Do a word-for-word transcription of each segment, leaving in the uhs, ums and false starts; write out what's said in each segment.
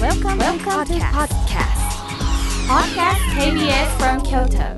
Welcome, Welcome to podcast. Podcast ケービーエス from Kyoto.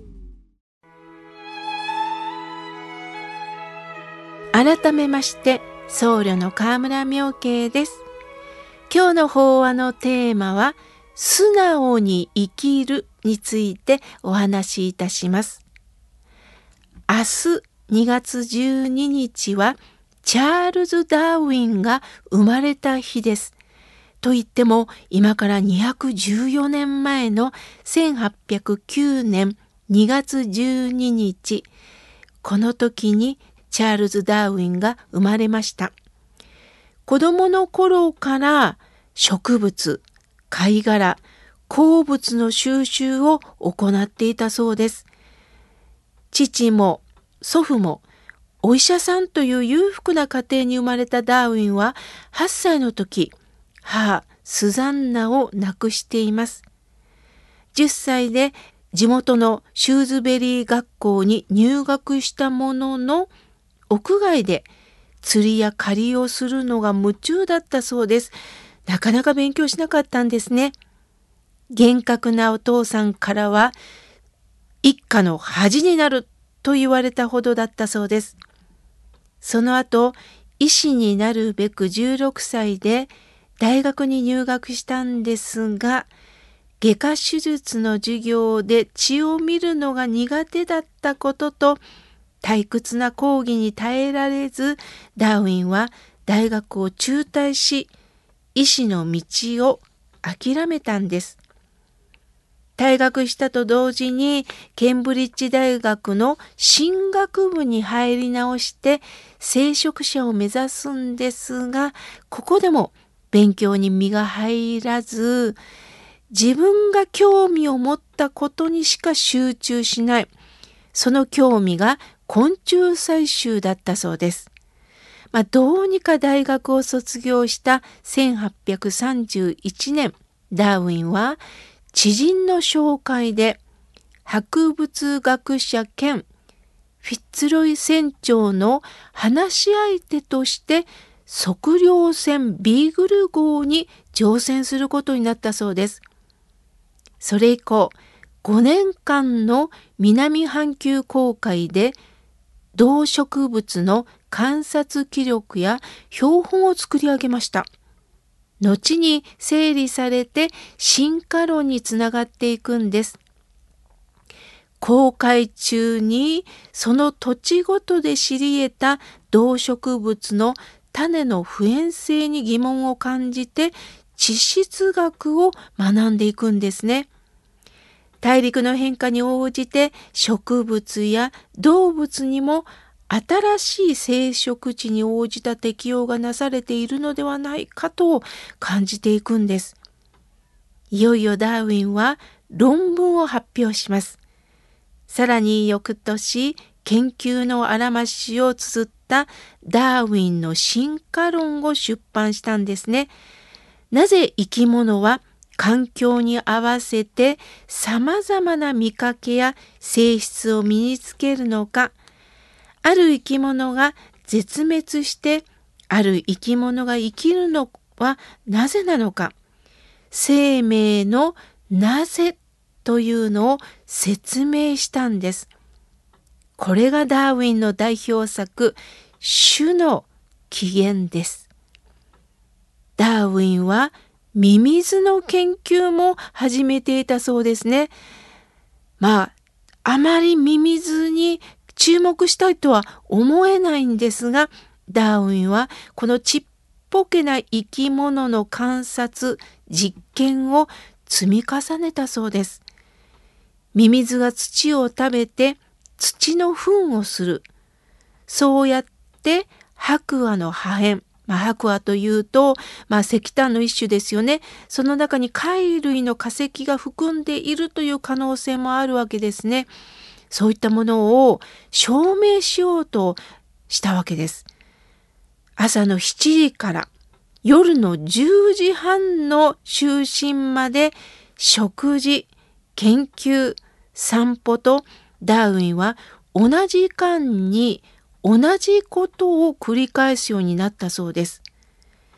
改めまして僧侶の河村妙慶です。今日の法話のテーマは素直に生きるについてお話しいたします。明日にがつじゅうににちはチャールズ・ダーウィンが生まれた日です。と言っても今からにひゃくじゅうよねんまえのせんはっぴゃくきゅうねんにがつじゅうににち、この時にチャールズ・ダーウィンが生まれました。子供の頃から植物、貝殻、鉱物の収集を行っていたそうです。父も祖父もお医者さんという裕福な家庭に生まれたダーウィンははっさいの時、母スザンナを亡くしています。じゅっさいで地元のシューズベリー学校に入学したものの、屋外で釣りや狩りをするのが夢中だったそうです。なかなか勉強しなかったんですね。厳格なお父さんからは一家の恥になると言われたほどだったそうです。その後、医師になるべくじゅうろくさいで大学に入学したんですが、外科手術の授業で血を見るのが苦手だったことと、退屈な講義に耐えられず、ダーウィンは大学を中退し、医師の道を諦めたんです。退学したと同時にケンブリッジ大学の神学部に入り直して聖職者を目指すんですが、ここでも勉強に身が入らず、自分が興味を持ったことにしか集中しない。その興味が昆虫採集だったそうです。まあ、どうにか大学を卒業したせんはっぴゃくさんじゅういちねん、ダーウィンは知人の紹介で博物学者兼フィッツロイ船長の話し相手として測量船ビーグル号に乗船することになったそうです。それ以降、ごねんかんの南半球航海で動植物の観察記録や標本を作り上げました。後に整理されて進化論につながっていくんです。航海中にその土地ごとで知り得た動植物の種の普遍性に疑問を感じて地質学を学んでいくんですね。大陸の変化に応じて植物や動物にも新しい生殖地に応じた適応がなされているのではないかと感じていくんです。いよいよダーウィンは論文を発表します。さらに翌年、研究のあらましを綴ったダーウィンの進化論を出版したんですね。なぜ生き物は環境に合わせてさまざまな見かけや性質を身につけるのか、ある生き物が絶滅してある生き物が生きるのはなぜなのか、生命のなぜというのを説明したんです。これがダーウィンの代表作、種の起源です。ダーウィンはミミズの研究も始めていたそうですね。まあ、あまりミミズに注目したいとは思えないんですが、ダーウィンはこのちっぽけな生き物の観察、実験を積み重ねたそうです。ミミズが土を食べて土の糞をする。そうやって白亜の破片、まあ、白亜というと、まあ、石炭の一種ですよね。その中に貝類の化石が含んでいるという可能性もあるわけですね。そういったものを証明しようとしたわけです。朝のしちじから夜のじゅうじはんの就寝まで食事、研究、散歩とダーウィンは同じ間に同じことを繰り返すようになったそうです。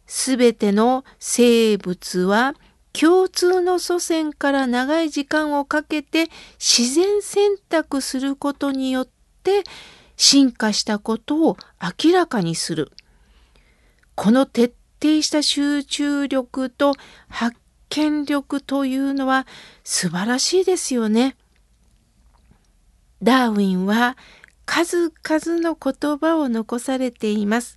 すべての生物は共通の祖先から長い時間をかけて自然選択することによって進化したことを明らかにする。この徹底した集中力と発見力というのは素晴らしいですよね。ダーウィンは数々の言葉を残されています。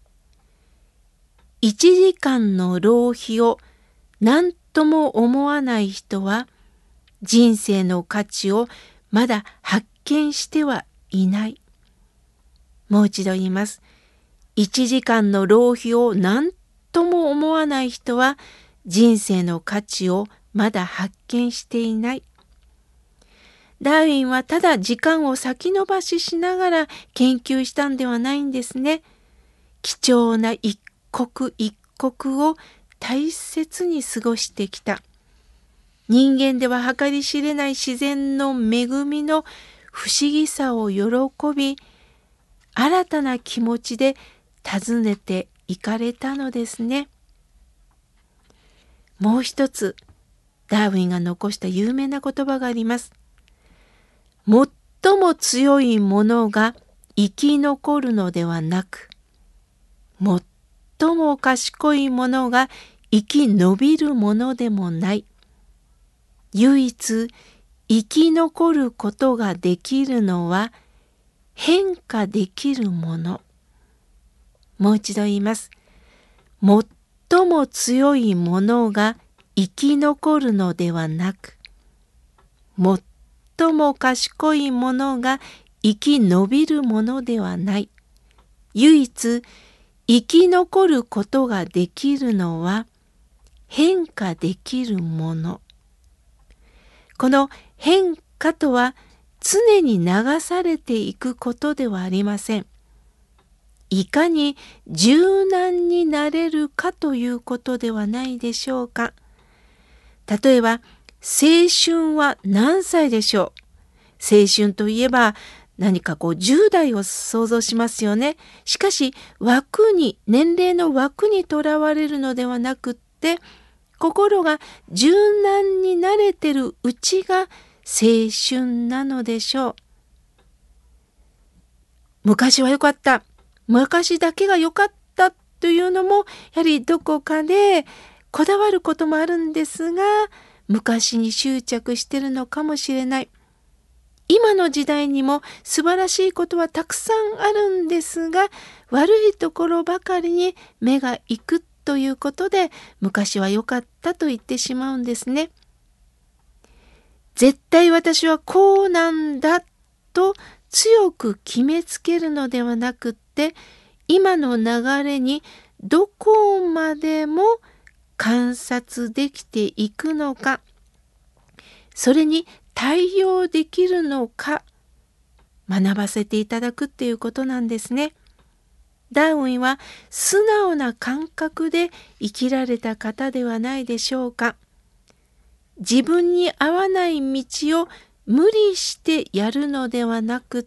一時間の浪費を何とも思わない人は人生の価値をまだ発見してはいない。もう一度言います。一時間の浪費を何とも思わない人は人生の価値をまだ発見していない。ダーウィンはただ時間を先延ばししながら研究したんではないんですね。貴重な一刻一刻を大切に過ごしてきた。人間では計り知れない自然の恵みの不思議さを喜び、新たな気持ちで訪ねていかれたのですね。もう一つ、ダーウィンが残した有名な言葉があります。最も強いものが生き残るのではなく、最も賢いものが生き延びるものでもない。唯一生き残ることができるのは変化できるもの。もう一度言います。最も強いものが生き残るのではなく、最も賢いものが生き延びるものではない。唯一生き残ることができるのは変化できるもの。この変化とは常に流されていくことではありません。いかに柔軟になれるかということではないでしょうか。例えば、青春は何歳でしょう。青春といえば何かこうじゅう代を想像しますよね。しかし枠に、年齢の枠にとらわれるのではなくって、心が柔軟になれてるうちが青春なのでしょう。昔は良かった。昔だけが良かったというのも、やはりどこかでこだわることもあるんですが、昔に執着してるのかもしれない。今の時代にも素晴らしいことはたくさんあるんですが、悪いところばかりに目が行くということで、昔は良かったと言ってしまうんですね。絶対私はこうなんだと強く決めつけるのではなくって、今の流れにどこまでも観察できていくのか、それに対応できるのか、学ばせていただくっていうことなんですね。ダーウィンは素直な感覚で生きられた方ではないでしょうか。自分に合わない道を無理してやるのではなくって、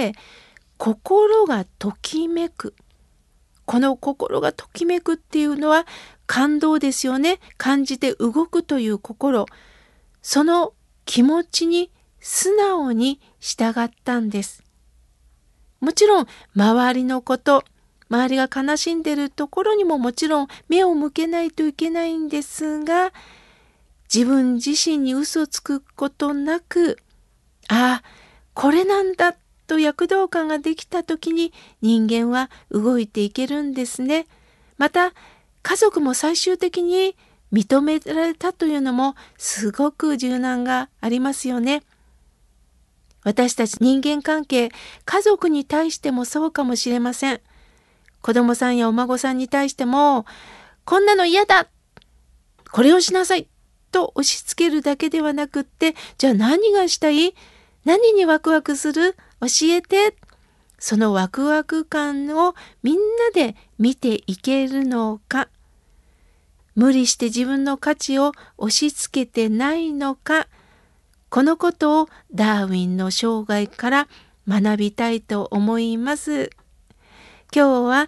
心がときめく。この心がときめくっていうのは感動ですよね。感じて動くという心。その気持ちに素直に従ったんです。もちろん周りのこと、周りが悲しんでいるところにももちろん目を向けないといけないんですが、自分自身に嘘をつくことなく、ああ、これなんだと躍動感ができた時に人間は動いていけるんですね。また家族も最終的に認められたというのもすごく柔軟がありますよね。私たち人間関係、家族に対してもそうかもしれません。子供さんやお孫さんに対しても、こんなの嫌だ、これをしなさいと押し付けるだけではなくって、じゃあ何がしたい？何にワクワクする？教えて。そのワクワク感をみんなで見ていけるのか、無理して自分の価値を押し付けてないのか、このことをダーウィンの生涯から学びたいと思います。今日は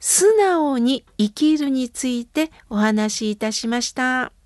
素直に生きるについてお話しいたしました。